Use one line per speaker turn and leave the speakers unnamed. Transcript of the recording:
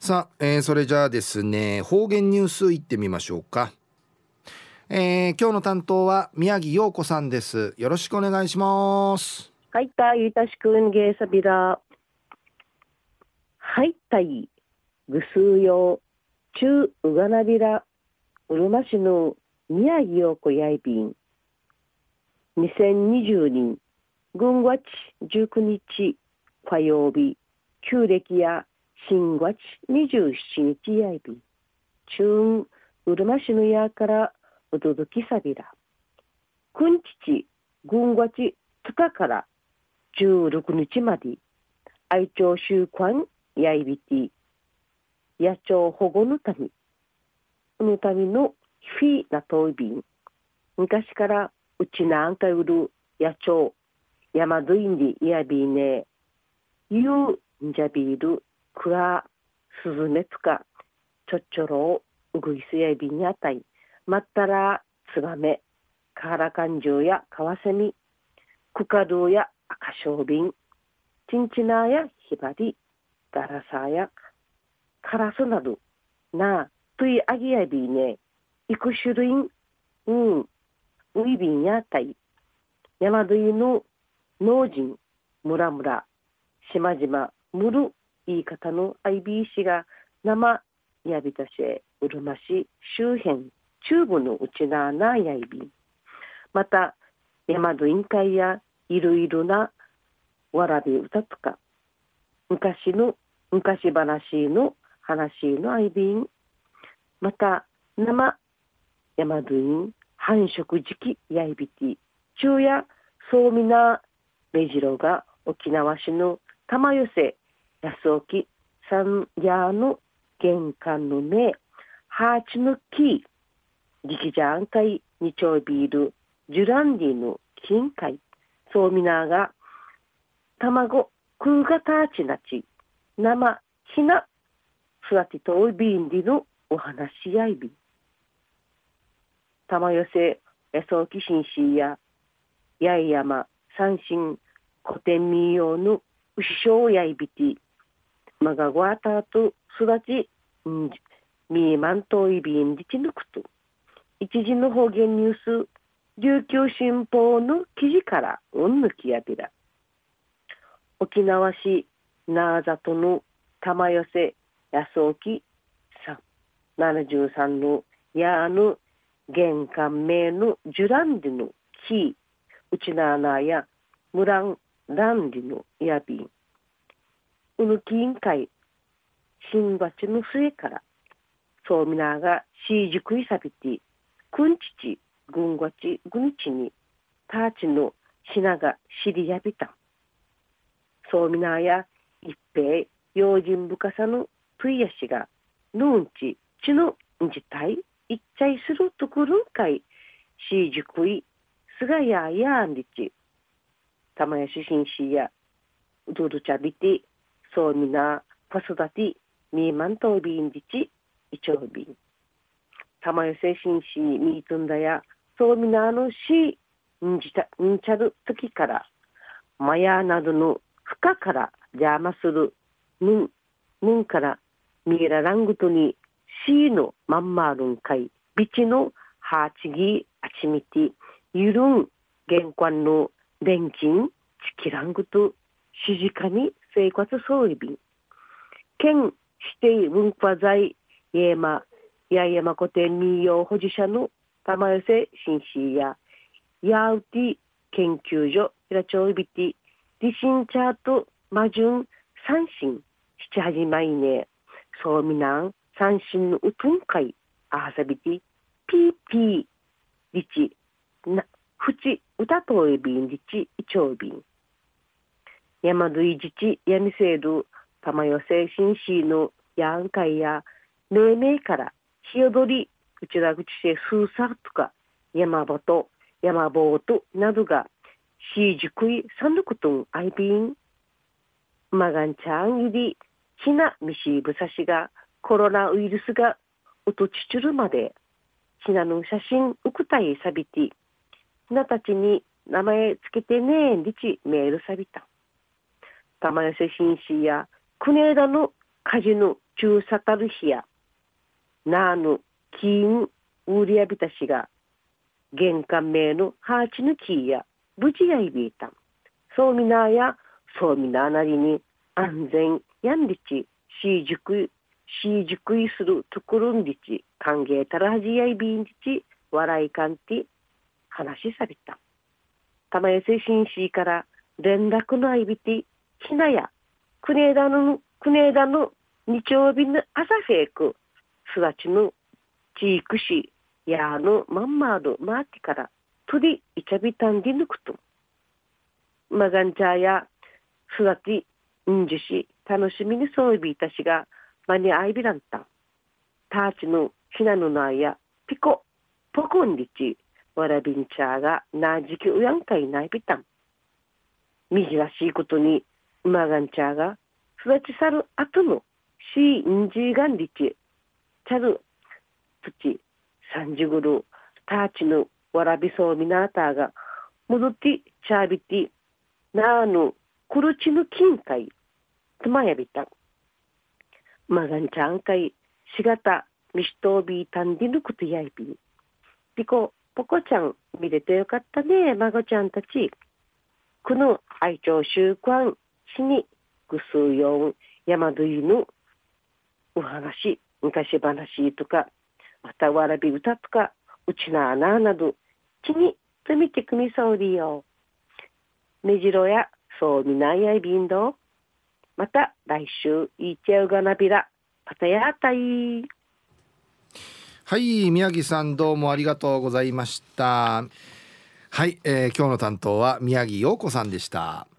さあ、それじゃあですね、方言ニュースいってみましょうか。今日の担当は宮城陽子さんです。よろしくお願いします。
はいたいたしくんげーさびら。はいたいぐすうようちゅううがなびらうるま市の宮城陽子やいびん2020年軍月19日火曜日旧暦や新月27日やいびん中うるま市のやからうどどきさびらくんちち軍月2日から16日まで愛鳥習慣やいびて野鳥保護のためのフィーなといびん昔からうちなんか売る野鳥山どいんでやびねゆうんじゃびるくらすずめつかちょっちょろうぐいすやびんやたいまったらつがめからかんじゅうやかわせみくかどうや赤しょうびんちんちなやひばりガラサやカラスなどなといあぎやびねいく種類うんウイビンやたい山どいの農人村々島々むる言い方の IBC が生やびたしうるま市周辺中部のうちななやいびんまた山ど委員会やいろいろなわらび歌とか昔話の話のあいびんまた生山どいん繁殖時期やいびて昼夜そうみな目白が沖縄市の玉寄せ安沖三夜の玄関の目ハーチの木力じゃんかいにちょいビールジュランディの金塊そうみなが卵空がたちなち生ひな育てといびんでのお話しやいびん玉寄せ安沖新市や八重山三神古典民謡の牛小やいびてまがごあたと育ちみーまんといびんりちぬくと一時の方言ニュース琉球新報の記事からうんぬきやびら沖縄市なあざとの玉寄せ安沖さん73のやあの玄関名のジュランディの木うちなあなやムランランディのやびんうぬき委員会新月の末からそうみながしいじくいさびてくんちちぐんがちぐんちにたちのしながしりやびたそうみなや一平用心深さのぷいやしがぬんちちのんじたいいっちゃいするところんかいしいじくいすがややんりちたまやししんしやうどどちゃびてそうみなパスダティみーまんとびんりちいちょうびんたまよせしんしみーとんだやそうみなのしんじたんちゃるときからマヤなどの負荷から邪魔するぬんからみえららんぐとにしのまんまるんかいびちのはちぎあちみてゆるん玄関の電金チキラングと静かに生活そういびん県指定文化財八重山古典民謡保持者の玉寄せ新市やヤウティ研究所平町いびてリシンチャートマジュン三神七八枚ねそうみなん三神のうとんかいあさびてピーピーリチなふち歌といびんリチイチョウビン山どいじちやみせる玉寄せ新市のやんかいや命名からひよどりうちらぐちせスーサーとか山ぼと山ぼうとなどがしじくいさぬくとんあいびんまがんちゃんゆりひなみしぶさしがコロナウイルスがうとちちゅるまでひなの写真うくたいさびてひなたちに名前つけてねんりちメールさびた玉寄せ新市や国枝のカジの中サタルヒやナーヌキーンウリアビタシが玄関名のハーチヌキーや無事やいびいたんそうみなやそうみななりに安全やんりちしじくいするところんりち歓迎たらはじやいびんりち笑いかんて話された玉寄せ紳士から連絡のあいびてひなやくねえだの日曜日の朝早く育ちの地域市やのまんまるマーティからとりいちゃびたんでぬくとマガンチャーや育ちんじし楽しみにそうびいたしが間にあいびらんたターチのひなのなやピコポコンリチわらびんちゃーがなじきうやんかいないびたんみじらしいことにマガンチャーが育ち去る後のシーンジーガンリチチャルプチサンジグルターチのわらびそうみなーたーが戻ってチャービティなーのクルチの金塊とまやびたマガンチャーんかいしがたみしとびたんでぬくとやいびんピコポコちゃん見れてよかったね孫ちゃんたちこの愛鳥習慣しにぐすうよん山どいぬお話昔話とかまたわらび歌とかうちなーなーなどちにとみてくみそうりよめじろやそうみないやいびんどまた来週いっちゃうがなびらまたやったい
はい、宮城さんどうもありがとうございました。はい、今日の担当は宮城陽子さんでした。